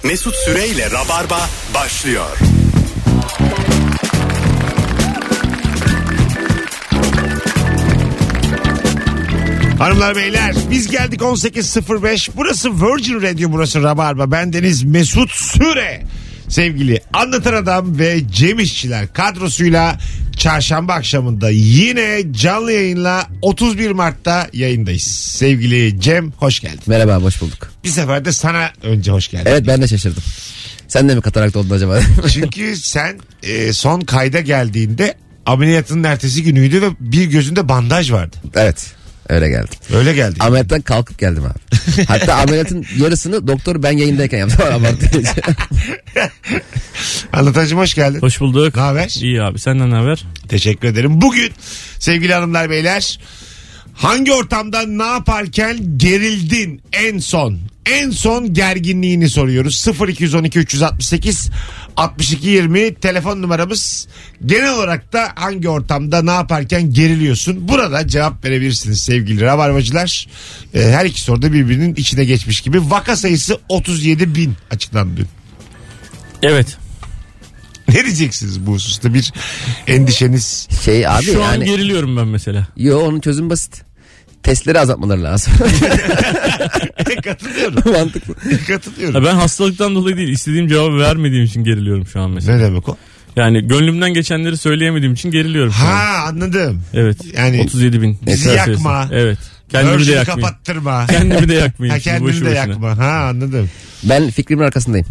Mesut Süreyle Rabarba başlıyor. Hanımlar beyler biz geldik 18.05. Burası Virgin Radio, burası Rabarba. Bendeniz Mesut Süre. Sevgili Anlatan Adam ve Cem İşçiler kadrosuyla çarşamba akşamında yine canlı yayınla 31 Mart'ta yayındayız. Sevgili Cem hoş geldin. Merhaba, hoş bulduk. Bir sefer de sana önce hoş geldin. Evet, ben de şaşırdım. Sen de mi katarakt oldun acaba? Çünkü sen son kayda geldiğinde ameliyatının ertesi günüydü ve bir gözünde bandaj vardı. Evet. Öyle geldim. Öyle geldi. Ameliyattan kalkıp geldim abi. Hatta ameliyatın yarısını doktor ben yayındayken yaptım. Anlatacığım hoş geldin. Hoş bulduk. Ne haber? İyi abi, senden ne haber? Teşekkür ederim. Bugün sevgili hanımlar beyler, hangi ortamda ne yaparken gerildin en son? En son gerginliğini soruyoruz. 0212 368 62 20 telefon numaramız. Genel olarak da hangi ortamda ne yaparken geriliyorsun? Burada cevap verebilirsiniz sevgili rabarbacılar. Her iki soruda birbirinin içine geçmiş gibi. Vaka sayısı 37.000 açıklandı dün. Evet. Ne diyeceksiniz bu hususta? Bir endişeniz? Abi Şu an yani... geriliyorum ben mesela. Yo, onun çözüm basit. Testleri azaltmaları lazım. Katılıyorum. Mantıklı. Katılıyorum. Ben hastalıktan dolayı değil, istediğim cevabı vermediğim için geriliyorum şu an mesela. Ne demek o? Yani gönlümden geçenleri söyleyemediğim için geriliyorum şu an. Ha, anladım. Evet. Yani 37.000. bizi yakma. Evet. Kendimi de Virgin'i yakmayayım. kapattırma. Kendimi de yakmayayım. Ha, kendini de yakma. Ha, anladım. Ben fikrimin arkasındayım.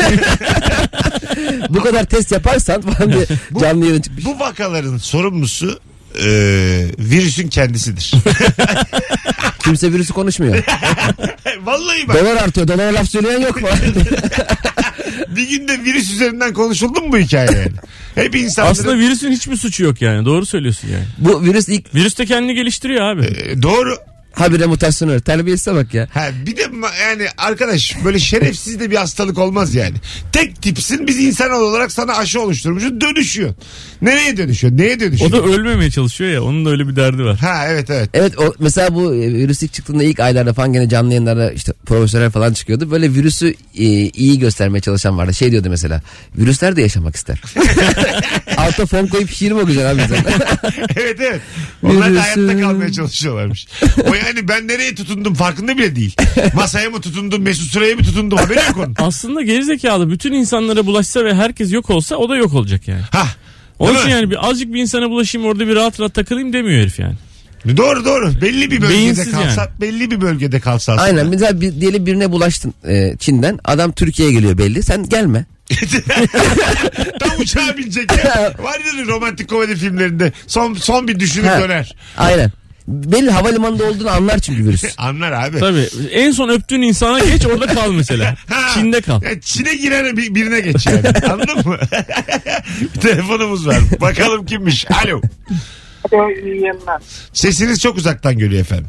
Bu kadar test yaparsan falan diye canlı yayın çıkmış. Bu vakaların sorumlusu virüsün kendisidir. Kimse virüsü konuşmuyor. Vallahi bak. Dolar artıyor. Dolara laf söyleyen yok mu? Bir günde virüs üzerinden konuşuldu mu bu hikaye yani? Hep insanların... Aslında virüsün hiçbir suçu yok yani. Doğru söylüyorsun yani. Bu virüs ilk... Virüs de kendini geliştiriyor abi. Doğru. Habire mutasyonu. Terbiyesize bak ya. Ha, bir de yani arkadaş böyle şerefsiz de bir hastalık olmaz yani. Tek tipsin, biz insan olarak sana aşı oluşturmuşuz, dönüşüyor. Nereye dönüşüyor? Neye dönüşüyor? O da ölmemeye çalışıyor ya. Onun da öyle bir derdi var. Ha, evet. Evet, o mesela bu virüs ilk çıktığında ilk aylarda falan gene canlı yayınlarda işte profesörler falan çıkıyordu. Böyle virüsü iyi göstermeye çalışan vardı. Şey diyordu mesela. Virüsler de yaşamak ister. Alta fon koyup şiir mi okuyacaksın abi sen? Evet. Onlar da hayatta kalmaya çalışıyorlarmış. O yani ben nereye tutundum farkında bile değil. Masaya mı tutundum, Mesut Süre'ye mi tutundum, haberi yok onun. Aslında gerizekalı bütün insanlara bulaşsa ve herkes yok olsa o da yok olacak yani. Ha. Onun için yani azıcık bir insana bulaşayım, orada bir rahat rahat takılayım demiyor herif yani. Doğru. Belli bir bölgede Beyinsiz kalsa, yani. belli bir bölgede kalsa aslında. Aynen. Mesela diyelim birine bulaştın Çin'den. Adam Türkiye'ye geliyor belli. Sen gelme. Tam uçağa binecek ya. Var ya romantik komedi filmlerinde. Son bir düşünüp döner. Aynen. Belli havalimanında olduğunu anlar çünkü virüs. Anlar abi. Tabii. En son öptüğün insana geç, orada kal mesela. Çin'de kal. Ya Çin'e giren birine geç yani. Anladın mı? Bir telefonumuz var. Bakalım kimmiş. Alo. İyi yayınlar. Sesiniz çok uzaktan geliyor efendim.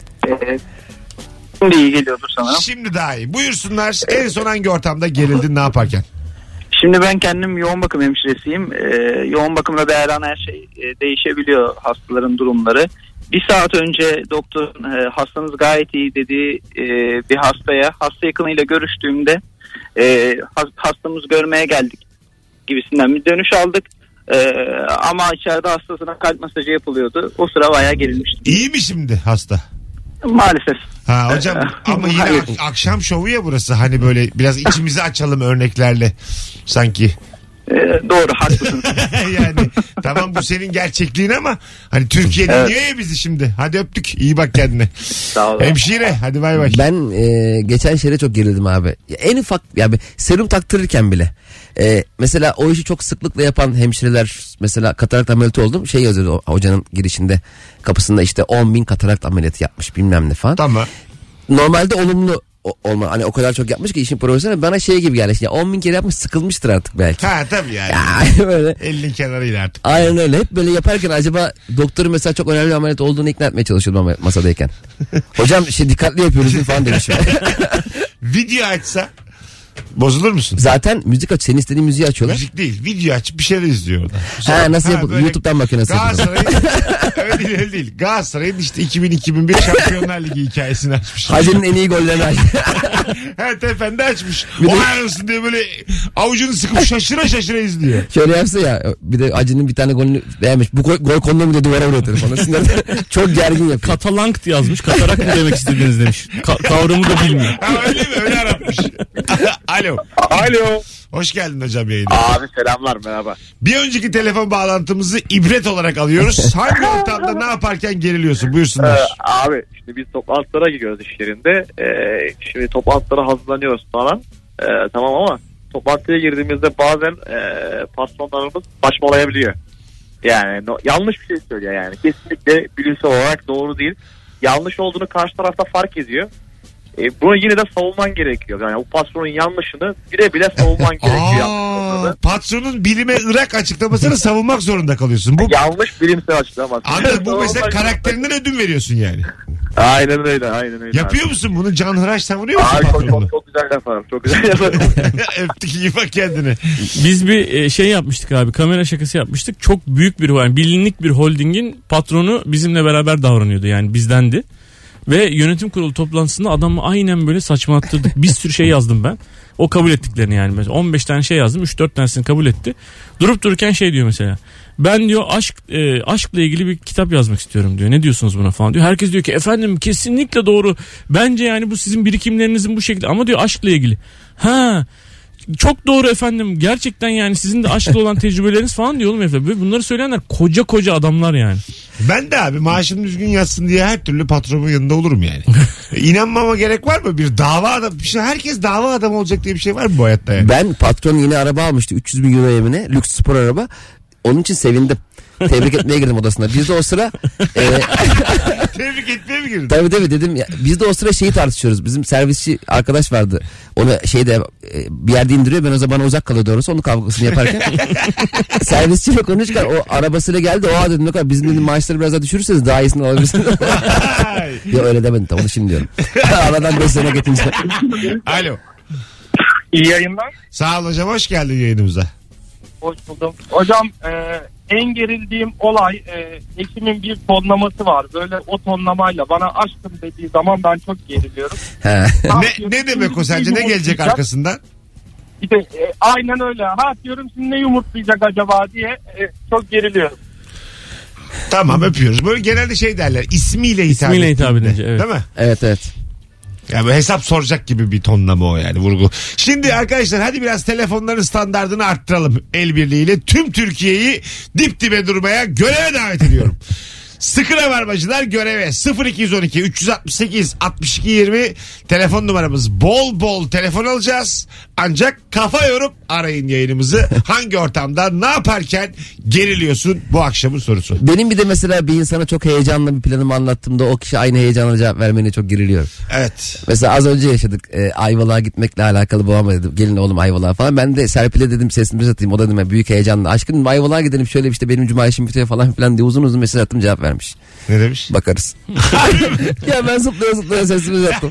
Şimdi iyi geliyordur sanırım. Şimdi daha iyi. Buyursunlar. En son hangi ortamda gerildin, ne yaparken? Şimdi ben kendim yoğun bakım hemşiresiyim. Yoğun bakımda da her an her şey değişebiliyor, hastaların durumları. Bir saat önce doktor hastanız gayet iyi dediği bir hasta yakınıyla görüştüğümde hastamızı görmeye geldik gibisinden bir dönüş aldık. Ama içeride hastasına kalp masajı yapılıyordu. O sıra bayağı gerilmiştim. İyi mi şimdi hasta? Maalesef. Ha hocam ama yine akşam şovu ya burası. Hani böyle biraz içimizi açalım örneklerle sanki. Doğru, haklısın. Yani tamam, bu senin gerçekliğin ama hani Türkiye dinliyor ya bizi şimdi. Hadi öptük. İyi bak kendine. Sağ ol. Hemşire hadi bay bay. Ben geçen şeye çok gerildim abi. En ufak yani serum taktırırken bile. Mesela o işi çok sıklıkla yapan hemşireler, mesela katarakt ameliyatı oldum. Şey yazıyordu o hocanın girişinde, kapısında işte 10.000 katarakt ameliyatı yapmış bilmem ne falan. Tamam. Normalde olumlu olma, hani o kadar çok yapmış ki işin profesyonel, bana şey gibi geldi. Ya 10.000 kere yapmış, sıkılmıştır artık belki. Ha tabii yani. Ya, böyle. Elin kenarıyla artık. Aynen öyle. Hep böyle yaparken acaba doktoru mesela çok önemli bir ameliyat olduğunu ikna etmeye çalışıyordum masadayken. Hocam dikkatli yapıyoruz falan demişim. Video açsa Bozulur musun? Zaten müzik aç. Senin istediğin müziği açıyorlar. Müzik değil. Video açıp bir şeyler izliyor orada. Ha, nasıl yapılır? YouTube'dan bakıyor nasıl yapılır. Galatasaray öyle değil. Galatasaray'ın işte 2000-2001 Şampiyonlar Ligi hikayesini açmış. Hacı'nın en iyi gollerini açmış. Evet efendi açmış. O arasın diye böyle avucunu sıkıp şaşıra izliyor. Şöyle yapsa ya, bir de Hacı'nın bir tane golünü beğenmiş. Bu gol konulu mu diye duvara vuruyor telefonu. Çok gergin yapıyor. Katalank yazmış. Katarak mı demek istediniz demiş. Kavramı da bilmiyor. Ha, öyle mi? Öyle aratmış. Alo. Alo. Hoş geldin hocam yayına. Abi selamlar, merhaba. Bir önceki telefon bağlantımızı ibret olarak alıyoruz. Hangi ortamda ne yaparken geriliyorsun? Buyursunlar. Abi şimdi biz toplantılara gidiyoruz iş yerinde. Şimdi toplantılara hazırlanıyoruz falan. Tamam ama toplantıya girdiğimizde bazen patronlarımız saçmalayabiliyor. Yani yanlış bir şey söylüyor yani. Kesinlikle bilimsel olarak doğru değil. Yanlış olduğunu karşı tarafta fark ediyor. Bunu yine de savunman gerekiyor. Yani o patronun yanlışını bile savunman gerekiyor. Patronun bilime ırak açıklamasını savunmak zorunda kalıyorsun. Bu yanlış bilimsel açıklaması. Anladım, bu mesela karakterinden ödün veriyorsun yani. Aynen öyle. Yapıyor abi. Musun bunu? Canhıraş savunuyor musun? Abi çok güzel yaparım. Çok güzel yaparım. Öptük, iyi bak kendine. Biz bir şey yapmıştık abi. Kamera şakası yapmıştık. Çok büyük bir, yani bilinlik bir holdingin patronu bizimle beraber davranıyordu. Yani bizdendi. Ve yönetim kurulu toplantısında adamı aynen böyle saçmalattırdık. Bir sürü şey yazdım ben. O kabul ettiklerini yani. Mesela 15 tane şey yazdım. 3-4 tanesini kabul etti. Durup dururken şey diyor mesela. Ben diyor aşkla ilgili bir kitap yazmak istiyorum diyor. Ne diyorsunuz buna falan diyor. Herkes diyor ki efendim kesinlikle doğru. Bence yani bu sizin birikimlerinizin bu şekilde. Ama diyor aşkla ilgili. Ha, çok doğru efendim. Gerçekten yani sizin de aşkla olan tecrübeleriniz falan diyor oğlum efendim. Bunları söyleyenler koca adamlar yani. Ben de abi maaşım düzgün yatsın diye her türlü patronun yanında olurum yani. İnanmama gerek var mı? Bir dava adam. Herkes dava adamı olacak diye bir şey var mı bu hayatta yani? Ben patron yeni araba almıştı. 300 bin euro yemine. Lüks spor araba. Onun için sevindim. Tebrik etmeye girdim odasına. Biz de o sıra tebrik etmeye mi girdin? Tabii dedim ya, biz de o sıra şeyi tartışıyoruz. Bizim servisçi arkadaş vardı. Onu şeyde bir yerde indiriyor. Ben o zaman uzak kalıyor doğrusu. Onun kavgasını yaparken. Servisçiyle konuşurken o arabasıyla geldi. Oha dedim, ne kadar bizim dedim maaşları biraz daha düşürürseniz daha iyisini alabilirsiniz. Ya öyle demedim. Onu şimdi diyorum. Aradan 5 sene geçince. Alo. İyi yayınlar. Sağ ol hocam, hoş geldin yayınımıza. Hoş buldum. Hocam en gerildiğim olay eşimin bir tonlaması var. Böyle o tonlamayla bana aşkım dediği zaman ben çok geriliyorum. Ne demek o sence? Ne gelecek arkasından? İşte aynen öyle. Ha diyorum şimdi ne yumurtlayacak acaba diye çok geriliyorum. Tamam, öpüyoruz. Böyle genelde şey derler. İsmiyle hitap edince. Evet. Değil mi? Evet. Yani hesap soracak gibi bir tonlama o yani, vurgu. Şimdi arkadaşlar hadi biraz telefonların standartını arttıralım el birliğiyle. Tüm Türkiye'yi dip dibe durmaya, göreve davet ediyorum. Sıkı rabarbacılar göreve 0212 368 62 20 telefon numaramız. Bol telefon alacağız. Ancak kafa yorup arayın yayınımızı. Hangi ortamda ne yaparken geriliyorsun, bu akşamın sorusu. Benim bir de mesela bir insana çok heyecanlı bir planımı anlattığımda o kişi aynı heyecanla cevap vermene çok geriliyorum. Evet. Mesela az önce yaşadık. Ayvalık'a gitmekle alakalı babama dedim. Gelin oğlum Ayvalık'a falan. Ben de Serpil'e dedim sesimi satayım. O da dedim büyük heyecanla. Aşkım Ayvalık'a gidelim şöyle işte benim cuma işim bitiyor falan filan diye uzun mesaj attım, cevap vermiş. Ne demiş? Bakarız. Ya ben zıplaya sesimi sattım.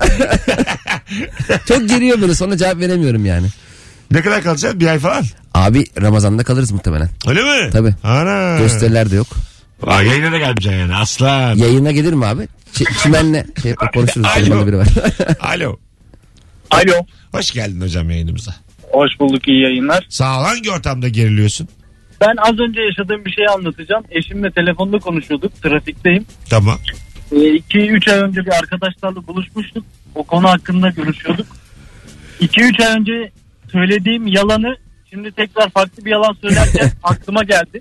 Çok geriyor beni, sonra cevap veremiyorum yani. Ne kadar kalacak? Bir ay falan? Abi Ramazan'da kalırız muhtemelen. Öyle mi? Tabii. Ana. Gösteriler de yok. Yayına da gelmeyeceksin yani aslan. Yayına gelir mi abi? Çimenle konuşuruz. Alo. Biri var. Alo. Hoş geldin hocam yayınımıza. Hoş bulduk, iyi yayınlar. Sağ ol. Hangi ortamda geriliyorsun? Ben az önce yaşadığım bir şeyi anlatacağım. Eşimle telefonda konuşuyorduk. Trafikteyim. Tamam. 2-3 ay önce bir arkadaşlarla buluşmuştuk. O konu hakkında görüşüyorduk. 2-3 ay önce söylediğim yalanı şimdi tekrar farklı bir yalan söylerken aklıma geldi.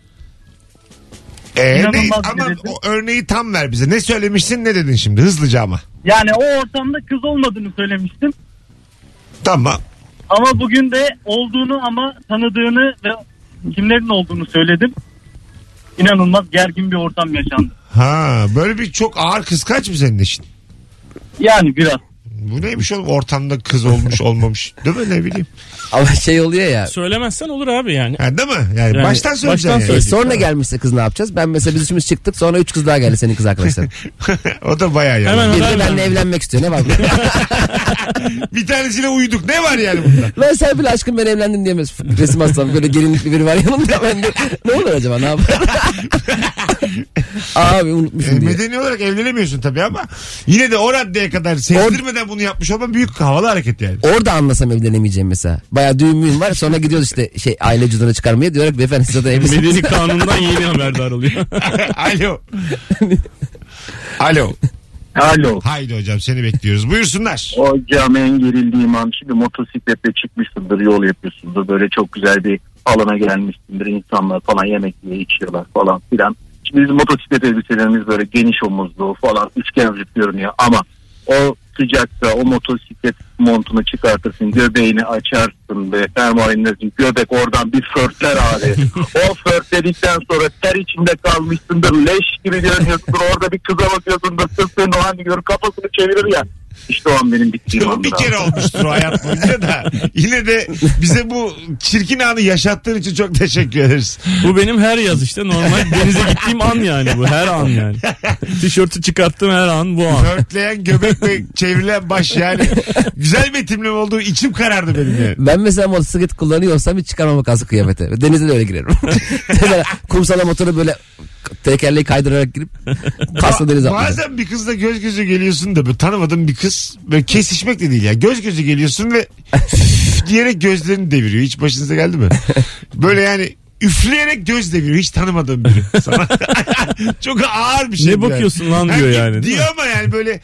Ama o örneği tam ver bize. Ne söylemişsin, ne dedin şimdi hızlıca ama. Yani o ortamda kız olmadığını söylemiştim. Tamam. Ama bugün de olduğunu ama tanıdığını ve kimlerin olduğunu söyledim. İnanılmaz gergin bir ortam yaşandı. Böyle bir çok ağır kıskanç mı senin eşin? Yani biraz. Bu neymiş oğlum? Ortamda kız olmuş olmamış. Değil mi, ne bileyim. Ama şey oluyor ya. Söylemezsen olur abi yani. Ha, değil mi? Yani baştan söyleyeceksin. baştan yani. söyle. Sonra gelmişse kız ne yapacağız? Ben mesela biz üçümüz çıktık, sonra 3 kız daha geldi senin kız arkadaşların. O da bayağı yani. Hemen Bir de haber benimle ver. evlenmek istiyor, ne var? Bir tanesiyle uyuduk. Ne var yani bunda? Lan sen bile aşkım ben evlendim diyemez. Resim aslan böyle gelinlikli biri var yanımda. Ben de, ne olur acaba, ne yapar? Abi unutmuşum diye. Medeni olarak evlenemiyorsun tabii ama yine de o raddeye kadar sezdirmeden bunu yapmış olman büyük havalı hareket yani. Orada anlasam evlenemeyeceğim mesela. Bayağı düğün müğün var, sonra gidiyoruz işte aile cüzdanı çıkarmaya, diyorlar ki beyefendi size de evlisiniz. Medeni kanundan yeni haberdar oluyor. Alo. Alo. Alo. Haydi hocam, seni bekliyoruz. Buyursunlar. Hocam en gerildiğim an, şimdi motosikletle çıkmışsındır, yol yapıyorsundur, böyle çok güzel bir alana gelmişsindir, insanlar falan yemek yiyor, içiyorlar falan filan. Şimdi bizim motosiklet elbiselerimiz böyle geniş omuzlu falan, üçgenlik görünüyor ama o sıcakta o motosiklet montunu çıkartırsın, göbeğini açarsın ve fermuarınızın göbek oradan bir förtler abi. O förtledikten sonra ter içinde kalmışsındır, leş gibi görünüyorsundur, orada bir kıza bakıyorsundur, sırf senin o halini görür, kafasını çevirir ya. İşte o an benim bittiğim O andır bir abi. kere olmuştur o hayat boyunca da. Yine de bize bu çirkin anı yaşattığın için çok teşekkür ederiz. Bu benim her yaz işte normal denize gittiğim an yani bu, her an yani. Tişörtü çıkarttığım her an bu an. Örtleyen göbek ve çevrilen baş yani. Güzel betimleme olduğu içim karardı benim yani. Ben mesela motosiklet kullanıyorsam hiç çıkarmamak lazım kıyafete. Denize de öyle girerim. Mesela kumsala motoru böyle tekerleği kaydırarak girip kasla denize atlayacağım. Bazen bir kızla göz göze geliyorsun da böyle tanımadığın bir kız, böyle kesişmek de değil ya. Göz göze geliyorsun ve diyerek gözlerini deviriyor. Hiç başınıza geldi mi? Böyle yani üfleyerek göz deviriyor. Hiç tanımadığım biri. Sana. Çok ağır bir şey. Ne bakıyorsun lan diyor yani. Diyor ama yani böyle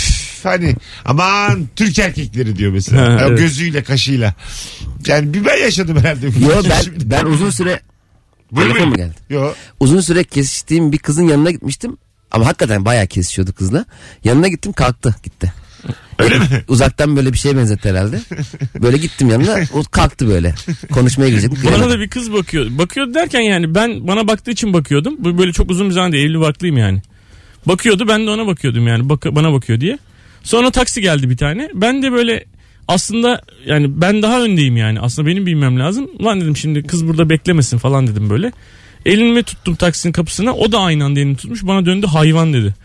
hani aman Türk erkekleri diyor mesela. Ha, evet. Gözüyle kaşıyla. Yani bir ben yaşadım herhalde. Yo ben uzun süre telefon mu geldi? Yo. Uzun süre kesiştiğim bir kızın yanına gitmiştim. Ama hakikaten bayağı kesişiyordu kızla. Yanına gittim, kalktı gitti. Öyle mi? Uzaktan böyle bir şeye benzetti herhalde. Böyle gittim yanına, o kalktı böyle. Konuşmaya girecektik. Bana da bir kız bakıyor. Bakıyordu derken yani ben bana baktığı için bakıyordum. Bu böyle çok uzun bir zaman değil, evli barklıyım yani. Bakıyordu, ben de ona bakıyordum yani bana bakıyor diye. Sonra taksi geldi bir tane. Ben de böyle aslında yani ben daha öndeyim yani. Aslında benim bilmem lazım. Lan dedim şimdi kız burada beklemesin falan dedim böyle. Elimi tuttum taksinin kapısına. O da aynı anda elini tutmuş. Bana döndü, hayvan dedi.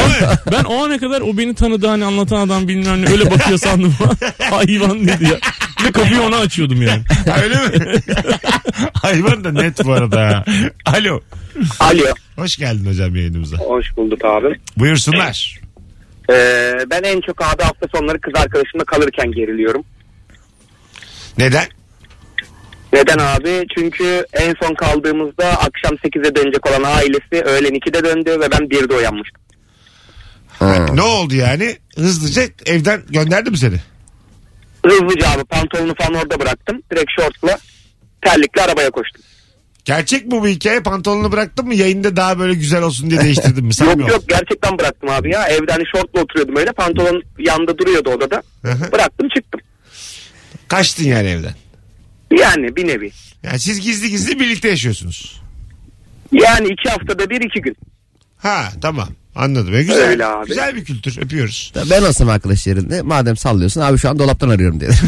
Ben o ana kadar o beni tanıdı, hani anlatan adam bilmem ne, öyle bakıyor sandım. Hayvan dedi ya. Ve kapıyı ona açıyordum yani. Öyle mi? Hayvan da net bu arada. Alo. Alo. Hoş geldin hocam yayınımıza. Hoş bulduk abi. Buyursunlar. Ben en çok abi hafta sonları kız arkadaşımla kalırken geriliyorum. Neden? Neden abi? Çünkü en son kaldığımızda akşam 8'e dönecek olan ailesi öğlen 2'de döndü ve ben 1'de uyanmıştım. Ne oldu yani? Hızlıca evden gönderdi mi seni? Hızlıca abi pantolonu falan orada bıraktım. Direkt şortla, terlikle arabaya koştum. Gerçek mi bu hikaye? Pantolonunu bıraktın mı? Yayında daha böyle güzel olsun diye değiştirdin mi? Yok gerçekten bıraktım abi ya. Evde hani şortla oturuyordum öyle. Pantolon yanında duruyordu odada. Bıraktım çıktım. Kaçtın yani evden. Yani bir nevi. Yani siz gizli gizli birlikte yaşıyorsunuz. Yani 2 haftada 1-2 gün. Ha tamam. Anladım. Güzel. Öyle abi. Güzel bir kültür. Öpüyoruz. Ben olsam arkadaş yerinde, madem sallıyorsun abi şu an dolaptan arıyorum diye.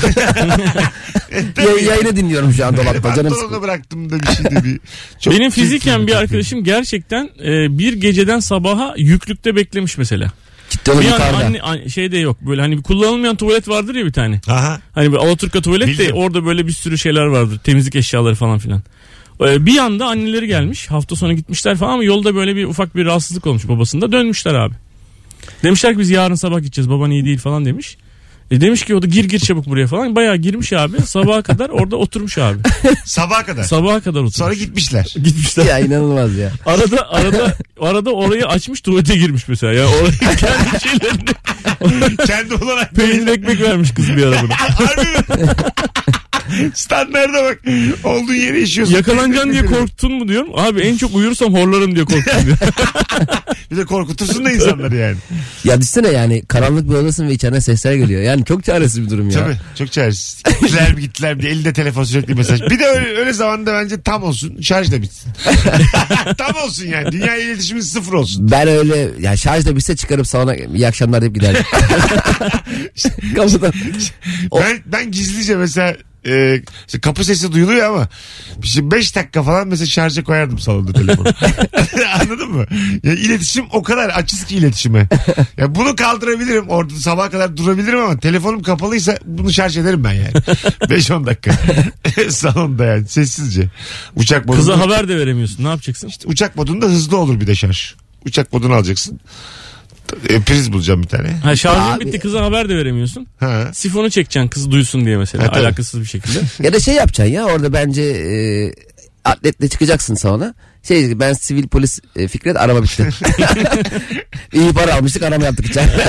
Yayını dinliyorum şu an dolapta. Canım Pantolonu sıkıldı. bıraktım da bir şey de bir. Çok Benim çirkin fiziken bir kültür. arkadaşım gerçekten bir geceden sabaha yüklükte beklemiş mesela. Gitti oğlum Bir an yukarıda. şeyde yok böyle hani bir kullanılmayan tuvalet vardır ya bir tane. Aha. Hani bir Alaturka tuvalet Bildim. de orada böyle bir sürü şeyler vardır. Temizlik eşyaları falan filan. Bir anda anneleri gelmiş. Hafta sonu gitmişler falan ama yolda böyle bir ufak bir rahatsızlık olmuş babasında. Dönmüşler abi. Demişler ki biz yarın sabah gideceğiz. Baban iyi değil falan demiş. Demiş ki o da gir çabuk buraya falan. Bayağı girmiş abi. Sabaha kadar orada oturmuş abi. Sabaha kadar. Sabaha kadar oturmuş. Sonra gitmişler. Gitmişler. Ya inanılmaz ya. Arada orayı açmış, tuvalete girmiş mesela. Ya orayı kendi şeylerini Kendi olarak. peynir ekmek vermiş kız bir ara buna. Harbi mi? Standarda bak. Olduğun yere işiyorsun. Yakalanacaksın diye korktun mu diyorum. Abi en çok uyursam horlarım diye korktum diyor. Bir de korkutursun da insanları yani. Ya düşünsene yani karanlık bir odasın ve içeriden sesler geliyor. Yani çok çaresiz bir durum ya. Tabii çok çaresiz. Gittiler mi gittiler mi diye elinde telefon sürekli mesaj. Bir de öyle zamanda bence tam olsun. Şarj da bitsin. Tam olsun yani. Dünya iletişimi sıfır olsun. Ben öyle ya şarj da bitse çıkarıp salona iyi akşamlar deyip giderdim. Kapıdan. Ben gizlice mesela işte kapı sesi duyuluyor ama işte 5 dakika falan mesela şarja koyardım salonda telefonu. Anladın mı? Ya iletişim o kadar açız ki iletişime. Ya bunu kaldırabilirim. Orada sabaha kadar durabilirim ama telefonum kapalıysa bunu şarj ederim ben yani. 5-10 dakika. Salonda yani sessizce. Uçak modunda. Kıza haber de veremiyorsun. Ne yapacaksın? İşte uçak modunda hızlı olur bir de şarj. Uçak modunu alacaksın. Priz bulacağım bir tane. Ha, şarjın Abi. bitti, kıza haber de veremiyorsun. Ha. Sifonu çekeceksin kız duysun diye mesela. Ha, tabii. Alakasız bir şekilde. Ya da şey yapacaksın ya orada bence atletle çıkacaksın salona. Ben sivil polis Fikret araba bitti. İyi para almıştık arama yaptık içeride.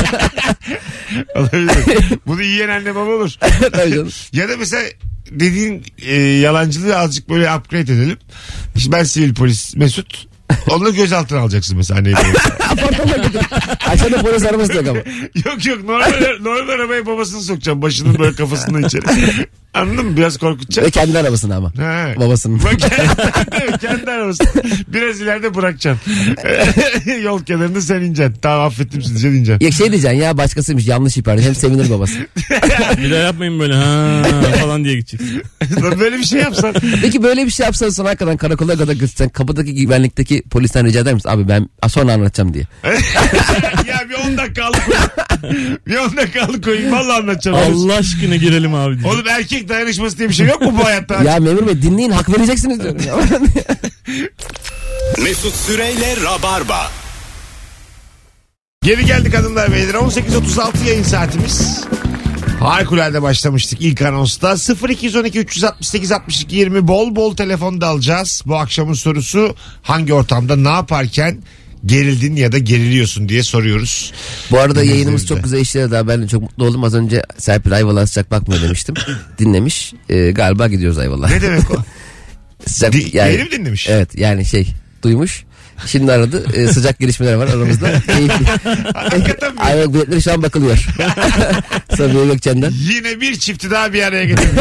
Olabilir. Bunu yiyen anne baba olur. Tabii canım. Ya da mesela dediğin yalancılığı azıcık böyle upgrade edelim. İşte ben sivil polis Mesut. Onu gözaltına alacaksın mesela anneyi. Apartmana götür. Aşağıda polis arabası yok ama. Yok normal arabaya babasını sokacağım. Başının böyle kafasından içeri. Anladın mı? Biraz korkutacak. Ve kendi arabasını ama. Ha. Babasının. Bak, kendi arabası. Biraz ileride bırakacaksın. Yol kenarında sen ineceksin. Tamam affettim sizi diyeceksin. Ya şey diyeceksin ya başkasıymış yanlış ihbar. Hem sevinir babası. Bir daha yapmayın böyle falan diye gideceksin. Böyle bir şey yapsan. Peki böyle bir şey yapsan sonra hakikaten karakola kadar götürsen kapıdaki güvenlikteki polisten rica eder misin? Abi ben sonra anlatacağım diye. Ya bir 10 dakika alıkoyayım. Bir 10 dakika alıkoyayım. Vallahi anlatacağım. Allah aşkına girelim abi diye. Oğlum erkek dayanışması diye bir şey yok mu bu hayatta? Ya memur bey dinleyin hak vereceksiniz diyorum. Ya. Mesut Süreyle Rabarba. Geri geldik hanımlar beyler. 18.36 yayın saatimiz. Harikulade başlamıştık ilk anonsta. 0212 368 62 20 bol bol telefonda alacağız. Bu akşamın sorusu hangi ortamda ne yaparken gerildin ya da geriliyorsun diye soruyoruz. Bu arada yayınımız çok güzel işledi daha. Ben de çok mutlu oldum. Az önce Serpil Ayvalık'a sıcak bakmıyor demiştim. Dinlemiş. Galiba gidiyoruz Ayvalık'a. Ne demek o? Sıcak, Yayını mı dinlemiş? Evet yani duymuş. Şimdi aradı. Sıcak gelişmeler var aramızda. Keyifli. Hakikaten mi? Ayvalık biletleri şu an bakılıyor. Sabiha Gökçen'den. Yine bir çifti daha bir araya getirmiş.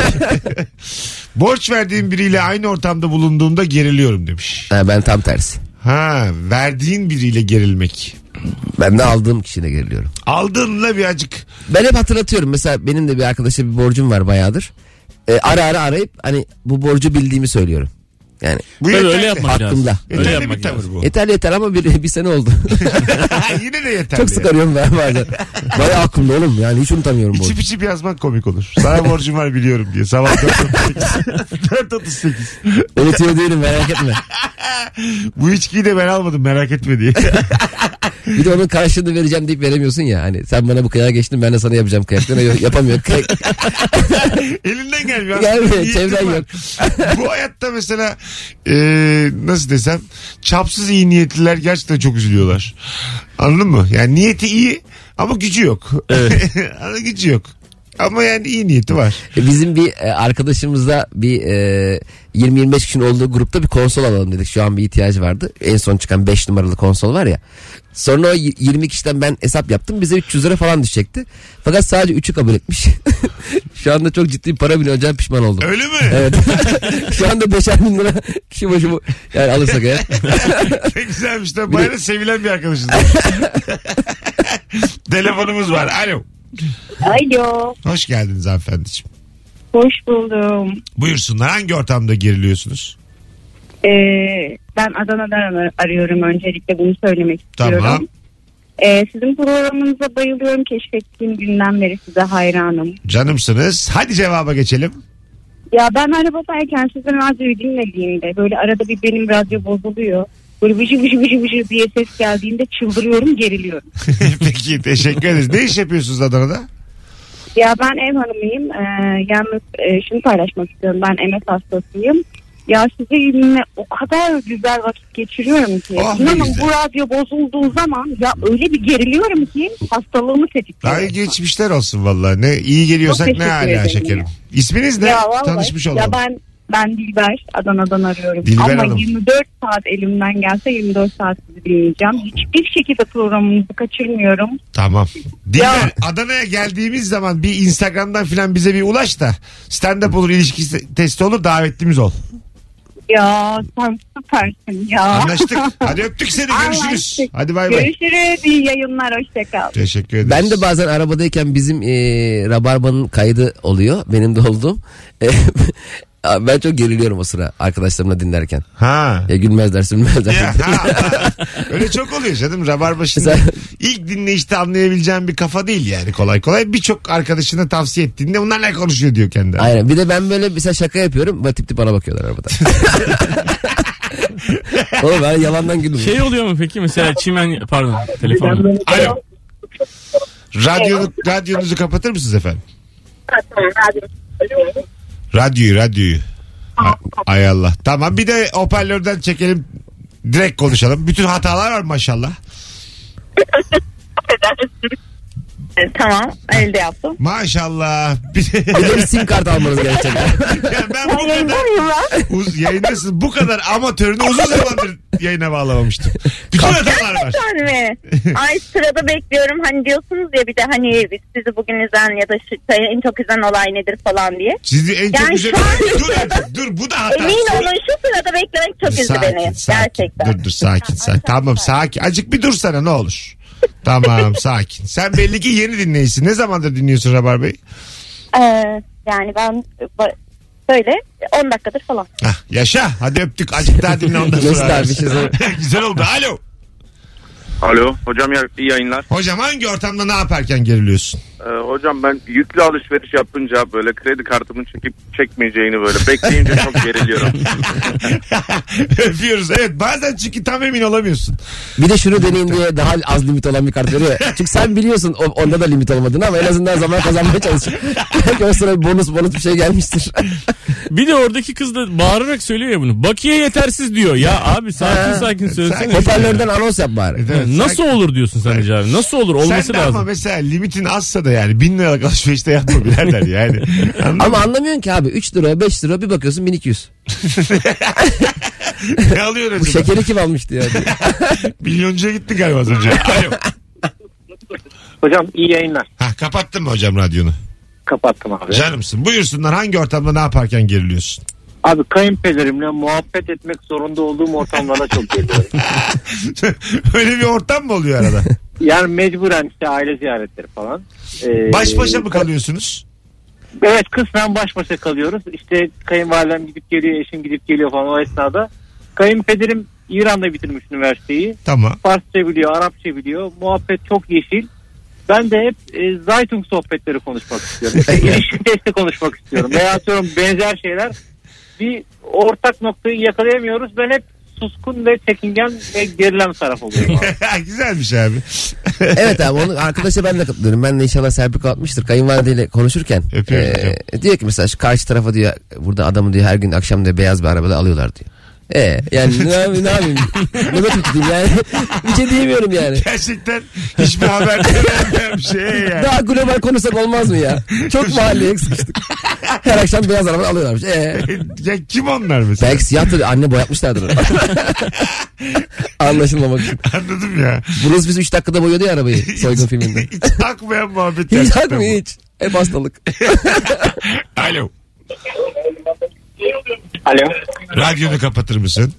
Borç verdiğim biriyle aynı ortamda bulunduğumda geriliyorum demiş. Ben tam tersi. Verdiğin biriyle gerilmek. Ben de aldığım kişiyle geriliyorum. Aldığınla bir acık. Ben hep hatırlatıyorum. Mesela benim de bir arkadaşa bir borcum var bayağıdır. Ara ara arayıp hani bu borcu bildiğimi söylüyorum. Yani Bu Tabii yeterli. öyle yapmak Hakkımda. lazım. Öyle Yeterli yapmak bir tavır lazım. bu. yeter ama bir sene oldu. Yine de yeterli. Çok sık arıyorum ben bazen. Bayağı aklımda oğlum yani hiç unutamıyorum borcu. İçip içip yazmak komik olur. Sana borcum var biliyorum diye. Sabah 4.38. Unutuyor değilim merak etme. Bu içkiyi de ben almadım merak etme diye. Bir de onun karşılığını vereceğim deyip veremiyorsun ya. Hani sen bana bu kıyağa geçtin ben de sana yapacağım kıyaklarını yapamıyor. Elinden gelmiyor. Gelmiyor, Niyetin çevren var. yok. Bu hayatta mesela nasıl desem çapsız iyi niyetliler gerçekten çok üzülüyorlar. Anladın mı? Yani niyeti iyi ama gücü yok. Evet. Ama gücü yok. Ama yani iyi niyeti var. Bizim bir arkadaşımızda bir 20-25 kişinin olduğu grupta bir konsol alalım dedik. Şu an bir ihtiyacı vardı. En son çıkan 5 numaralı konsol var ya. Sonra o 20 kişiden ben hesap yaptım. Bize 300 lira falan düşecekti. Fakat sadece 3'ü kabul etmiş. Şu anda çok ciddi bir para bile hocam pişman oldum. Öyle mi? Evet. Şu anda 5'er bin lira kişi başı bu. Yani alırsak eğer. Ne güzelmiş de bayağı sevilen bir arkadaşız. Telefonumuz var. Alo. Alo. Hoş geldiniz hanımefendiciğim. Hoş buldum. Buyursunlar. Hangi ortamda geriliyorsunuz? Ben Adana'dan arıyorum. Öncelikle bunu söylemek istiyorum. Tamam. Sizin programınıza bayılıyorum. Keşfettiğim günden beri size hayranım. Canımsınız. Hadi cevaba geçelim. Ya ben arabadayken sizin radyoyu dinlediğimde böyle arada bir benim radyo bozuluyor. Böyle vıcı vıcı vıcı vıcı diye ses geldiğinde çıldırıyorum, geriliyorum. Peki teşekkür ederiz. Ne iş yapıyorsunuz Adana'da? Ya ben ev hanımıyım. Yalnız şunu paylaşmak istiyorum. Ben MS hastasıyım. Ya sizinle o kadar güzel vakit geçiriyorum ki. Oh, ne İnanın güzel. bu radyo bozulduğu zaman ya öyle bir geriliyorum ki hastalığımı tetikliyor. Ay geçmişler olsun vallahi. Ne iyi geliyorsak Çok ne teşekkür hala ederim şekerim. ya. İsminiz ne? Ya vallahi, Tanışmış ya olalım. ben Dilber, Adana'dan arıyorum. Dilber Ama Hanım. 24 saat elimden gelse 24 saat sizi dinleyeceğim. Hiçbir şekilde programınızı kaçırmıyorum. Tamam. Dilber, Ya. Adana'ya geldiğimiz zaman bir Instagram'dan falan bize bir ulaş da stand-up olur, ilişki testi olur, davetlimiz ol. Ya sen süpersin ya. Anlaştık. Hadi öptük seni. Görüşürüz. Anlaştık. Hadi bay bay. Görüşürüz. İyi yayınlar. Hoşçakal. Teşekkür ederiz. Ben de bazen arabadayken bizim Rabarba'nın kaydı oluyor. Benim de olduğum. Ben çok geriliyorum o sıra arkadaşlarımla dinlerken. Ha. Ya gülmezler sürmezler. Ya, öyle çok oluyor canım. Rabarba şimdi Mesela- ilk dinleyişte anlayabileceğin bir kafa değil yani kolay kolay. Birçok arkadaşına tavsiye ettiğinde bunlar ne konuşuyor diyor kendi. Aynen. Bir de ben böyle mesela şaka yapıyorum. Böyle tip tip bana bakıyorlar arabada. Oğlum ben yalandan güldüm. Şey oluyor mu peki mesela pardon telefon. Alo. Radyonuzu kapatır mısınız efendim? Radyoyu. Ay Allah. Tamam bir de hoparlörden çekelim. Direkt konuşalım. Bütün hatalar var maşallah. Tamam. Elde yaptım. Maşallah. Bir de, Bir de bir sim kart almanız gerekecek. ya ben bu kadar yayındasın. Bu kadar amatörünü uzun zamandır yayına bağlamamıştım. Bütün hatalar var. mi? Ay sırada bekliyorum hani diyorsunuz ya bir de hani sizi bugün izlen ya da en çok izlen olay nedir falan diye. Sizi en çok Yani güzel... şu an- Dur bu da hata. Emin olun şu sırada beklemek çok üzdü beni. Gerçekten. Dur sakin. Tamam sakin. Azıcık bir dursana ne olur. Tamam sakin. Sen belli ki yeni dinleyicisin. Ne zamandır dinliyorsun Rabarba'yı? Yani ben böyle 10 dakikadır falan. Hah, yaşa. Hadi öptük. Azıcık daha dinle ondan sonra. Mesut abi, ararız. bir şey söyle. Güzel oldu. Alo. Alo hocam iyi yayınlar. Hocam hangi ortamda ne yaparken geriliyorsun? Hocam ben yüklü alışveriş yapınca böyle kredi kartımın çekmeyeceğini böyle bekleyince çok geriliyorum. Öpüyoruz. Evet bazen çünkü tam emin olamıyorsun. Bir de şunu deneyim diye daha az limit olan bir kart veriyor. Çünkü sen biliyorsun onda da limit olmadığını ama en azından zaman kazanmaya çalışıyor. Belki o sıra bonus bir şey gelmiştir. Bir de oradaki kız da bağırarak söylüyor ya bunu. Bakiye yetersiz diyor. Ya abi sakin söylesene. Hoparlörden anons yap bari. Evet, Nasıl olur diyorsun sen Recep abi? Nasıl olur? Olması sen de lazım. ama mesela limitin azsa da yani 1000 liralık alışverişte yapma birader yani. Anladın Ama mı? anlamıyorsun ki abi 3 lira 5 lira bir bakıyorsun 1200. Ne alıyorsun Bu acaba? şekeri kim almıştı ya? Milyoncuya gittin galiba az önce. Alo. Hocam iyi yayınlar. Kapattın mı hocam radyonu? Kapattım abi. Canımsın. Buyursunlar hangi ortamda ne yaparken geriliyorsun? Abi kayınpederimle muhabbet etmek zorunda olduğum ortamlarda çok geliyorum. Öyle bir ortam mı oluyor arada? Yani mecburen işte aile ziyaretleri falan. Baş başa mı kalıyorsunuz? Evet kısmen baş başa kalıyoruz. İşte kayınvalidem gidip geliyor, eşim gidip geliyor falan o esnada. Kayınpederim İran'da bitirmiş üniversiteyi. Tamam. Farsça biliyor, Arapça biliyor. Muhabbet çok yeşil. Ben de hep Zaytung sohbetleri konuşmak istiyorum. İlişki testi konuşmak istiyorum. Veya atıyorum benzer şeyler. Bir ortak noktayı yakalayamıyoruz. Ben hep suskun ve çekingen ve gerilen taraf oluyorum. Güzelmiş abi. Evet abi onu arkadaşa ben de katılıyorum. Ben de inşallah serpik atmıştır. Kayınvalideyle konuşurken. Öpüyorum Diyor ki mesela şu karşı tarafa diyor burada adamı diyor her gün akşam diyor beyaz bir arabada alıyorlar diyor. Yani ne yapayım? Ne tutayım yani? Bir şey diyemiyorum yani. Gerçekten hiçbir haber vermeyen bir şey yani. Daha global konuşsak olmaz mı ya? Çok mahalleye sıkıştık. Her akşam beyaz araba alıyorlarmış. Ya kim onlar mesela? Belki siyahtır anne boyatmışlardır. Anlaşılmamak için. Anladım ya. Bruce Willis 3 dakikada boyadı ya arabayı soygun filminde. Hiç takmayan muhabbet. Hiç gerçekten takmıyor bu. hiç. Hep hastalık. Alo. Alo. Radyonu kapatır mısın?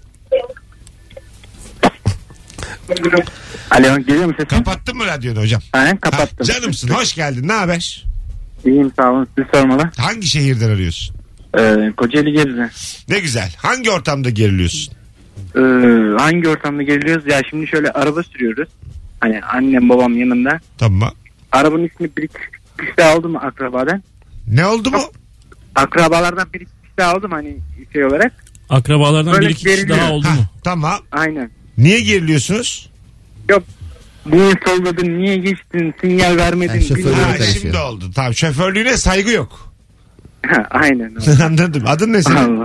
Alo geliyor mu sesim? Kapattın mı radyonu hocam? Aynen kapattım. Canımsın hoş geldin. Ne haber? İyiyim sağ olun siz sormalı. Hangi şehirden arıyorsun? Kocaeli Gebze. Ne güzel. Hangi ortamda geriliyorsun? Hangi ortamda geliyoruz? Ya şimdi şöyle araba sürüyoruz. Hani annem babam yanımda. Tamam. Arabanın ismini bir kişi aldım akrabadan. Ne oldu mu? Akrabalardan bir kişi aldım hani şey olarak. Akrabalardan Böyle bir iki kişi geriliyor. daha oldu mu? Tamam. Aynen. Niye geriliyorsunuz? Yok. Niye solladın? Niye geçtin? Sinyal vermedin. Yani şoförlüğe Ha, karışıyor. şimdi oldu. Tamam şoförlüğüne saygı yok. Aynen. Anladım. Adın ne senin? Allah.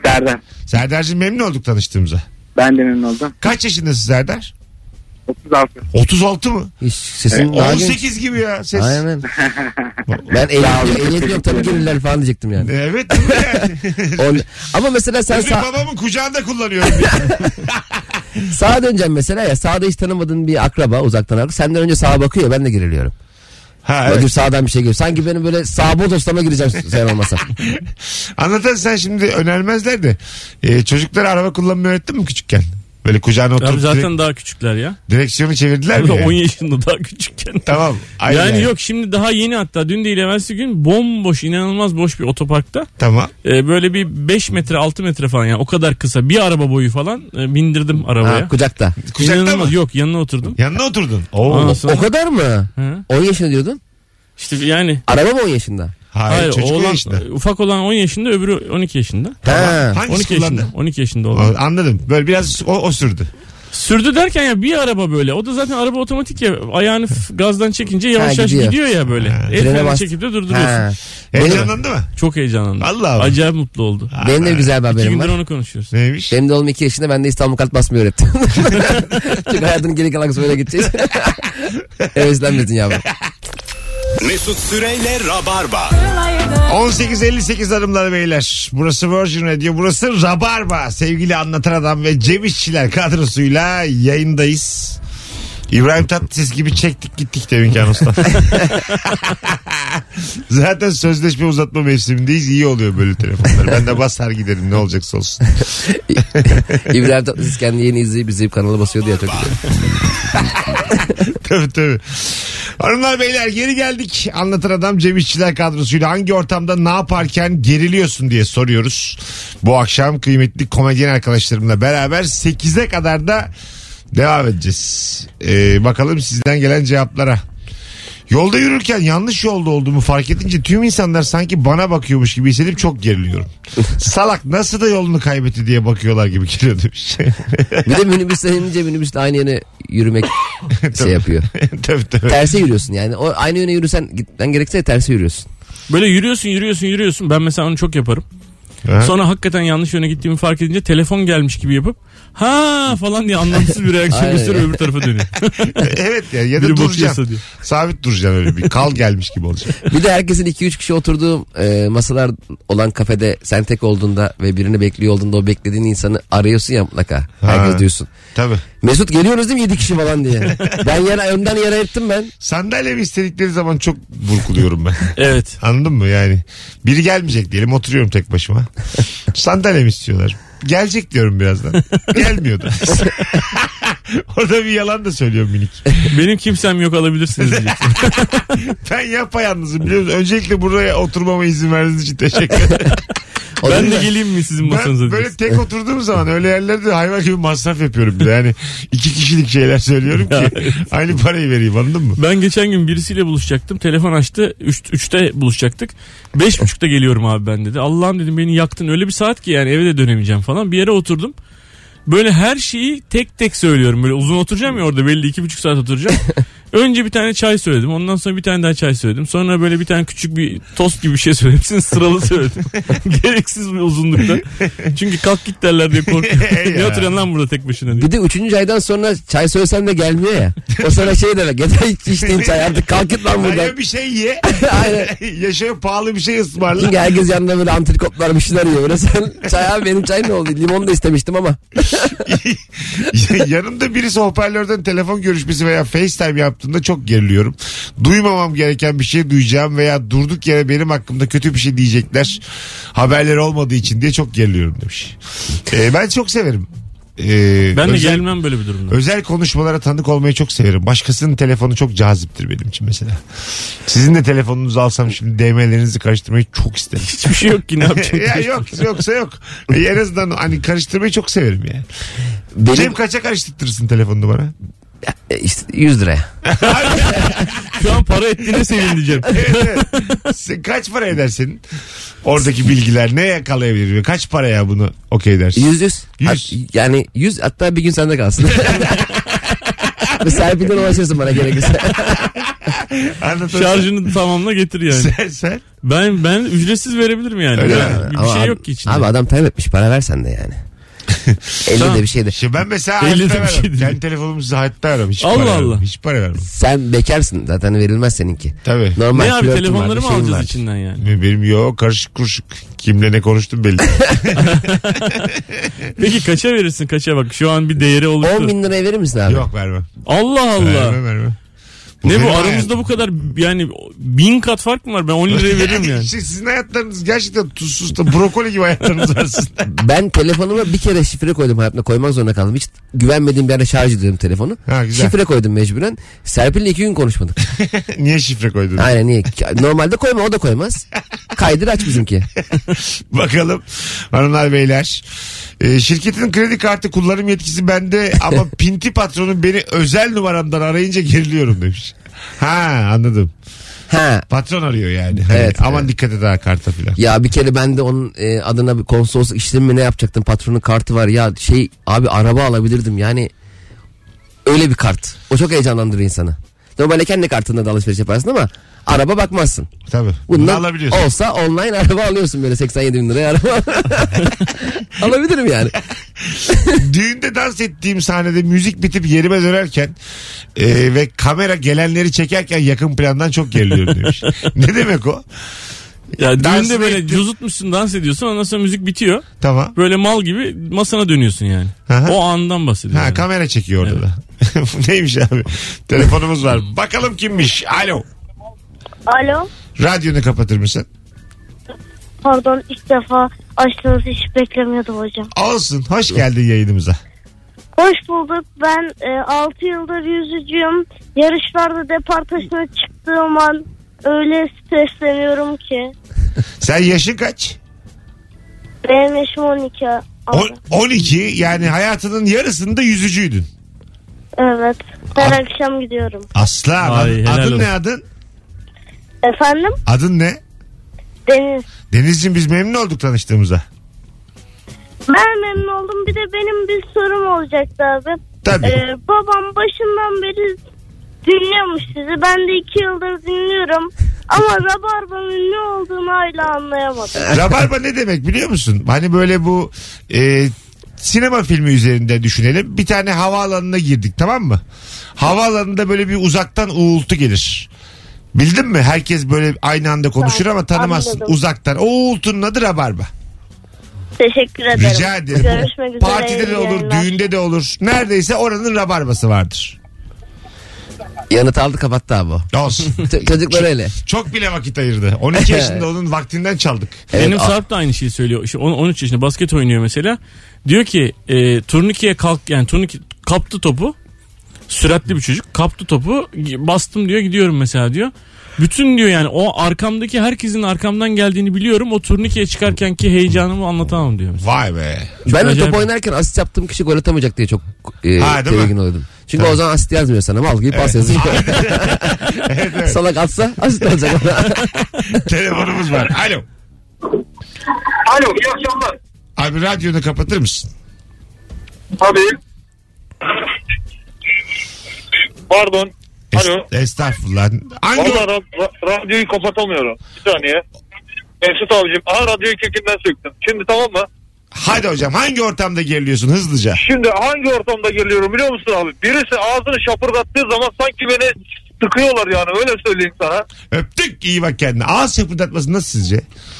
Serdar. Serdar'cığım memnun olduk tanıştığımıza. Ben de memnun oldum. Kaç yaşındasın Serdar? 36. 36 mı? Hiç sesin daha genç. 18 gibi ya ses. Aynen. Ben ehliyet yok tabii gelirler falan diyecektim yani. Evet değil mi yani? Ama mesela sen babamın kucağında kullanıyorum. sağa döneceksin mesela ya, sağda hiç tanımadığın bir akraba, uzaktan akraba senden önce sağa bakıyor, ben de geriliyorum. Ha, evet. Sağdan bir şey geliyor. Sanki benim böyle sağ bodoslama gireceğim sen olmasa. Anlatan sen şimdi önermezler de çocuklara araba kullanmayı öğrettin mi küçükken? Böyle kucağına oturup zaten daha küçükler ya. Direksiyonu çevirdiler mi? 10 yaşında daha küçükken. Tamam. Yani yok şimdi daha yeni, hatta dün değil evvelsi gün bomboş, inanılmaz boş bir otoparkta. Tamam. Böyle bir 5 metre 6 metre falan, yani o kadar kısa bir araba boyu falan bindirdim arabaya. Ha, kucakta. Kucakta mı? Yok, yanına oturdum. Yanına oturdun. O kadar mı? Hı. 10 yaşında diyordun. İşte yani. Araba mı 10 yaşında? Hayır çocuk 10 yaşında. Ufak olan 10 yaşında, öbürü 12 yaşında. Tamam. Hangisi 12 kullandı? yaşında. 12 yaşında olan. Anladım. Böyle biraz o sürdü. Sürdü derken ya bir araba böyle. O da zaten araba otomatik ya. Ayağını gazdan çekince yavaş yavaş gidiyor ya böyle. El freni çekip de durduruyorsun. Heyecanlandı mı? Çok heyecanlandı. Allah. Acayip mutlu oldu. Benim de bir güzel bir haberim var. 2 gündür onu konuşuyoruz. Neymiş? Benim de oğlum 2 yaşında, ben de İstanbul kart basmayı öğrettim. Çünkü hayatının geri kalan kısmıyla gideceğiz. Heveslenmesin yavrum. Mesut Süreyle Rabarba. 18.58 hanımlar beyler. Burası Virgin Radio, burası Rabarba. Sevgili Anlatan Adam ve Cem İşçiler kadrosuyla yayındayız. İbrahim Tatlıses gibi çektik gittik deminki anonstan. Zaten sözleşme uzatma mevsimindeyiz. İyi oluyor böyle telefonlar. Ben de basar giderim, ne olacaksa olsun. İbrahim Tatlıses kendi yeni izleyip kanala basıyordu ya, çok güzel. Tabii. Hanımlar beyler, geri geldik. Anlatan Adam Cem İşçiler kadrosuyla hangi ortamda ne yaparken geriliyorsun diye soruyoruz. Bu akşam kıymetli komedyen arkadaşlarımla beraber 8'e kadar da devam edeceğiz. Bakalım sizden gelen cevaplara. Yolda yürürken yanlış yolda olduğumu fark edince tüm insanlar sanki bana bakıyormuş gibi hissedip çok geriliyorum. Salak nasıl da yolunu kaybetti diye bakıyorlar gibi geliyor demiş. Bir de minibüste inince minibüste aynı yöne yürümek şey yapıyor. Tabii. Terse yürüyorsun yani. O aynı yöne yürüsen, gitmen gerekse terse yürüyorsun. Böyle yürüyorsun. Ben mesela onu çok yaparım. Ha? Sonra hakikaten yanlış yöne gittiğimi fark edince telefon gelmiş gibi yapıp ha falan diye anlamsız bir reaksiyon gösteriyor, öbür tarafa dönüyor. Evet ya da biri duracaksın. Sabit duracaksın, öyle bir kal gelmiş gibi olacak. Bir de herkesin 2-3 kişi oturduğu masalar olan kafede sen tek olduğunda ve birini bekliyor olduğunda o beklediğin insanı arıyorsun ya mutlaka. Herkes duysun. Tabii. Mesut geliyoruz değil mi 7 kişi falan diye. Ben önden yara ettim ben. Sandalye istedikleri zaman çok burkuluyorum ben. Evet. Anladın mı yani? Biri gelmeyecek diyelim, oturuyorum tek başıma. Sandalye istiyorlar? Gelecek diyorum birazdan. Gelmiyordu. Orada bir yalan da söylüyorum minik. Benim kimsem yok, alabilirsiniz diye. Ben yapayalnızım biliyor musun? Öncelikle buraya oturmama izin verdiğiniz için teşekkür ederim. Ben de geleyim mi sizin masanıza? Ben böyle tek oturduğum zaman öyle yerlerde hayvan gibi masraf yapıyorum bir de. Yani 2 kişilik şeyler söylüyorum ki aynı parayı vereyim, anladın mı? Ben geçen gün birisiyle buluşacaktım. Telefon açtı. 3'te buluşacaktık. 5.30'da geliyorum abi ben dedi. Allah'ım dedim, beni yaktın. Öyle bir saat ki yani eve de dönemeyeceğim falan. Bir yere oturdum. Böyle her şeyi tek tek söylüyorum. Böyle uzun oturacağım ya orada, belli 2,5 saat oturacağım. Önce bir tane çay söyledim. Ondan sonra bir tane daha çay söyledim. Sonra böyle bir tane küçük bir tost gibi bir şey söyledim. Hepsini sıralı söyledim. Gereksiz bir uzunlukta. Çünkü kalk git derler diye korkuyorum. Ne oturuyorsun lan burada tek başına diye. Bir de 3. aydan sonra çay söylesem de gelmiyor ya. O sana şey demek. Yeter içtiğin çay artık, kalk git lan buradan. Ya bir şey ye. Aynen. Yaşaya pahalı bir şey ısmarla. Çünkü herkes yanında böyle antrikotlar bir şeyler yiyor. Böyle sen çay abi, benim çay ne oldu? Limon da istemiştim ama. Yanımda birisi hoparlörden telefon görüşmesi veya FaceTime yaptığında çok geriliyorum. Duymamam gereken bir şey duyacağım veya durduk yere benim hakkımda kötü bir şey diyecekler. Haberleri olmadığı için diye çok geriliyorum demiş. Ben çok severim. Ben de gelmem böyle bir durumda. Özel konuşmalara tanık olmayı çok severim. Başkasının telefonu çok caziptir benim için mesela. Sizin de telefonunuzu alsam şimdi DM'lerinizi karıştırmayı çok isterim. Hiçbir şey yok ki, ne yapacağım? Ya yoksa yok. En azından hani karıştırmayı çok severim yani. Cem kaça karıştırtırsın telefonunu bana? İşte 100 liraya. Şu an para ettiğine sevineceğim. Evet. Kaç para eder senin? Oradaki bilgiler ne yakalayabilir? Kaç paraya bunu okey dersin? 100. Yani 100, hatta bir gün sende kalsın. Ve Serpil'den ulaşırsın bana gerekirse. Şarjını tamamla getir yani. Sen? Ben ücretsiz verebilirim yani. Öyle Bir şey yok ki içinde. Abi adam talep etmiş, para versen de yani. 50 de bir şeydir. Şimdi ben mesela Elli de hayatta bir şey vermem. değil. Kendi telefonumu hayatta vermem. Hiç Allah para vermem. Allah. Hiç para vermem. Sen bekarsın zaten, verilmez seninki. Tabii. Normal Ne abi, flörtün telefonları var, mı bir şeyin alacağız var. içinden yani? Benim yok, karışık kuruşuk. Kimle ne konuştum belli. Peki kaça verirsin, kaça bak şu an bir değeri oluştu. 10 bin liraya verir misin abi? Yok vermem. Allah Allah. Vermem. Ne bu benim aramızda hayatım. bu kadar yani 1000 kat fark mı var? Ben 10 liraya veririm yani. İşte sizin hayatlarınız gerçekten tuzsuz da brokoli gibi hayatlarınız var sizin. Ben telefonuma bir kere şifre koydum, hayatımda koymak zorunda kaldım. Hiç güvenmediğim bir yerde şarj ediyorum telefonu. Ha, güzel. Şifre koydum mecburen. Serpil'le 2 gün konuşmadık. Niye şifre koydun? Aynen, niye? Normalde koyma, o da koymaz. Kaydır aç bizimki. Bakalım hanımlar beyler. Şirketin kredi kartı kullanım yetkisi bende ama pinti patronu beni özel numaramdan arayınca geriliyorum demiş. Ha, anladım. Ha. Patron arıyor yani. Hani Evet, aman evet. dikkat et ha karta filan. Ya bir kere ben de onun adına bir konsolosluk işlemi mi ne yapacaktım? Patronun kartı var. Ya abi araba alabilirdim yani. Öyle bir kart. O çok heyecanlandırıyor insanı. Normalde kendi kartında da alışveriş yaparsın ama araba bakmazsın. Tabii. Bunu Bundan alabiliyorsun. olsa online araba alıyorsun, böyle 87 bin liraya araba. Alabilirim yani. Düğünde dans ettiğim sahnede müzik bitip yerime dönerken ve kamera gelenleri çekerken yakın plandan çok geriliyorum demiş. Ne demek o? Ya Dans düğünde böyle ettim. cozutmuşsun, dans ediyorsun, ondan sonra müzik bitiyor. Tamam. Böyle mal gibi masana dönüyorsun yani. Aha. O andan bahsediyorum. Ha, yani. kamera çekiyor orada da. Neymiş abi? Telefonumuz var. Bakalım kimmiş? Alo. Alo. Radyonu kapatır mısın? Pardon, ilk defa açtığınızı hiç beklemiyordum hocam. Olsun. Hoş geldin yayınımıza. Hoş bulduk. Ben 6 yıldır yüzücüyüm. Yarışlarda departaşına çıktığım an öyle stresleniyorum ki. Sen yaşın kaç? Benim yaşım 12 abi. 12, yani hayatının yarısında yüzücüydün. Evet. Her akşam gidiyorum. Aslan. Ay, helal Adın olsun. ne adın? Efendim? Adın ne? Deniz. Denizciğim, biz memnun olduk tanıştığımıza. Ben memnun oldum. Bir de benim bir sorum olacaktı abi. Tabii. Babam başından beri dinliyormuş sizi. Ben de 2 yıldır dinliyorum. Ama Rabarba'nın ne olduğunu hala anlayamadım. Rabarba ne demek biliyor musun? Hani böyle bu sinema filmi üzerinde düşünelim. Bir tane havaalanına girdik, tamam mı? Havaalanında böyle bir uzaktan uğultu gelir. Bildin mi? Herkes böyle aynı anda konuşur ama tanımazsın. Anladım. Uzaktan. O uğultunun adı rabarba. Teşekkür ederim. Rica ederim. Görüşmek üzere. Partide de iyi olur, yayınlar. düğünde de olur. Neredeyse oranın rabarbası vardır. Yanıt aldı, kapattı abi o. Olsun. Çocuklar öyle. Çok bile vakit ayırdı. 12 yaşında onun vaktinden çaldık. Benim Evet, Sarp da aynı şeyi söylüyor. İşte 13 yaşında basket oynuyor mesela. Diyor ki turnikeye kalk, yani turnike kaptı topu. Süratli bir çocuk. Kaptı topu, bastım diyor, gidiyorum mesela diyor. Bütün diyor yani o arkamdaki herkesin arkamdan geldiğini biliyorum. O turnikeye çıkarkenki heyecanımı anlatamam diyor mesela. Vay be. Ben de acayip. top oynarken asist yaptığım kişi gol atamayacak diye çok Ha, değil mi? tedirgin oluyordum. Çünkü Tabii. o zaman asist yazmıyor sana. Mal gibi pas yazıyor. Evet, evet. Salak atsa asist olacak. Telefonumuz var. Alo. Alo, iyi akşamlar. Abi radyonu kapatır mısın? Tabii. Pardon. Alo. Estağfurullah. Hangi Valla radyoyu kapatamıyorum. Bir saniye. Mesut abicim. Aha radyoyu kökünden söktüm. Şimdi tamam mı? Hadi hocam, hangi ortamda geriliyorsun hızlıca? Şimdi hangi ortamda geliyorum biliyor musun abi? Birisi ağzını şapırdattığı zaman sanki beni sıkıyorlar yani, öyle söyleyeyim sana. Öptük, iyi bak kendine. Ağız şapırdatması nasıl sizce?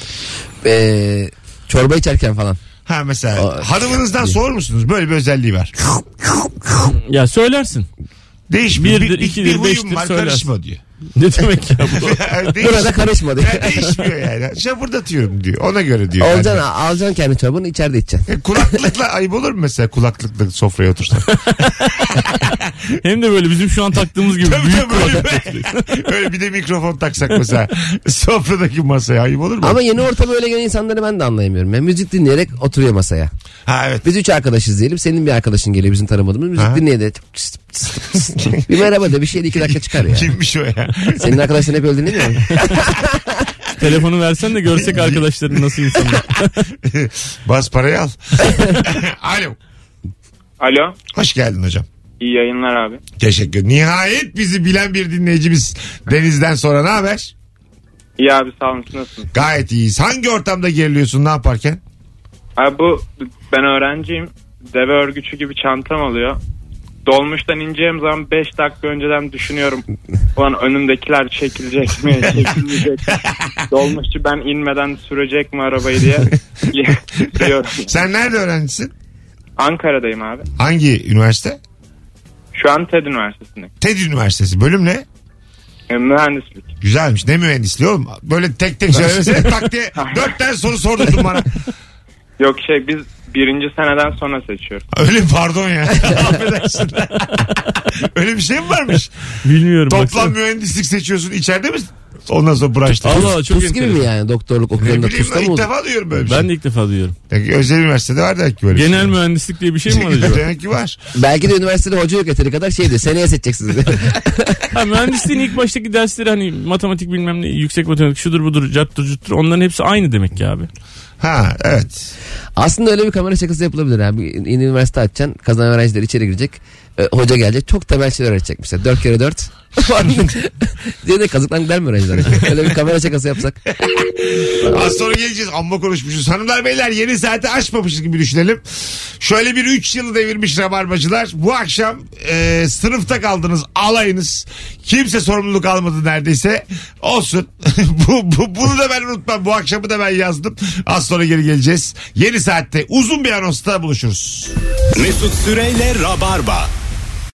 Çorba içerken falan. Ha mesela hanımınızdan sorur musunuz? Böyle bir özelliği var. Ya söylersin. Değişmiyor. Birdir, bir ikidir, huyum beştir var, söylersin. karışma diyor. Ne demek ya bu? Burada karışmadı. Değişmiyor yani. Şapırdatıyorum diyor. Ona göre diyor. Olacaksın, alacaksın kendi çorbanı, içeride içeceksin. Kulaklıkla ayıp olur mu mesela, kulaklıkla sofraya otursan? Hem de böyle bizim şu an taktığımız gibi Tabii, büyük tabii, kulaklık. öyle bir de mikrofon taksak mesela sofradaki masaya, ayıp olur mu? Ama yeni ortama öyle gelen insanları ben de anlayamıyorum. Yani müzik dinleyerek oturuyor masaya. Ha evet. Biz 3 arkadaşız diyelim. Senin bir arkadaşın geliyor, bizim tanımadığımız. Müzik Ha. dinleyerek bir merhaba de, bir şey de 2 dakika çıkar ya. Kimmiş o ya? Senin arkadaşın hep öyle dinlemiyor mu? Telefonu versen de görsek arkadaşların nasıl insanlar. Bas parayı al. Alo. Alo. Hoş geldin hocam. İyi yayınlar abi. Teşekkür. Nihayet bizi bilen bir dinleyicimiz Deniz'den sonra ne haber? İyi abi sağ olun. Nasılsın? Gayet iyiyiz. Hangi ortamda geriliyorsun ne yaparken? Abi ben öğrenciyim. Deve örgüçü gibi çantam oluyor. Dolmuştan ineceğim zaman 5 dakika önceden düşünüyorum. Ulan önümdekiler çekilecek mi? Çekilmeyecek. Dolmuşçu ben inmeden sürecek mi arabayı diye. Sen nerede öğrencisin? Ankara'dayım abi. Hangi üniversite? Şu an TED Üniversitesi'nde. TED Üniversitesi. Bölüm ne? Mühendislik. Güzelmiş. Ne mühendisliği oğlum? Böyle tek tek söylesene tak diye 4 tane soru sordurdun bana. Yok biz birinci seneden sonra seçiyoruz. Öyle pardon ya. Affedersin. Öyle bir şey mi varmış? Bilmiyorum. Toplam baksana. mühendislik seçiyorsun. İçeride mi? Ondan sonra branşta. Allah çok Tuz gibi mi yani doktorluk Ne okuyanında bileyim tuzda mı ilk olur? defa duyuyorum böyle bir şey. Ben de ilk defa duyuyorum. Özel üniversitede var demek ki böyle Genel şey. mühendislik diye bir şey mi var acaba? Demek ki var. Belki de üniversitede hoca yok yeteri kadar şeydi. Seneye seçeceksiniz. Ha, mühendisliğin ilk baştaki dersleri hani matematik bilmem ne yüksek matematik şudur budur cattur cuttur onların hepsi aynı demek ki abi. Ha evet. Aslında öyle bir kamera şakası yapılabilir abi. Yeni üniversite açacaksın. Kazanan öğrenciler içeri girecek. Hoca gelecek. Çok temel şeyler öğretecek mesela. 4 kere 4. diye de kazıklan gider mi öğrenciler? Öyle bir kamera şakası yapsak. Az sonra geleceğiz. Amma konuşmuşuz. Hanımlar beyler yeni saati açmamışız gibi düşünelim. Şöyle bir 3 yılı devirmiş rabarbacılar. Bu akşam sınıfta kaldınız. Alayınız. Kimse sorumluluk almadı neredeyse. Olsun. Bunu da ben unutmam. Bu akşamı da ben yazdım. Az sonra geri geleceğiz. Yeni saatte uzun bir anonsta buluşuruz. Mesut Süreyle Rabarba.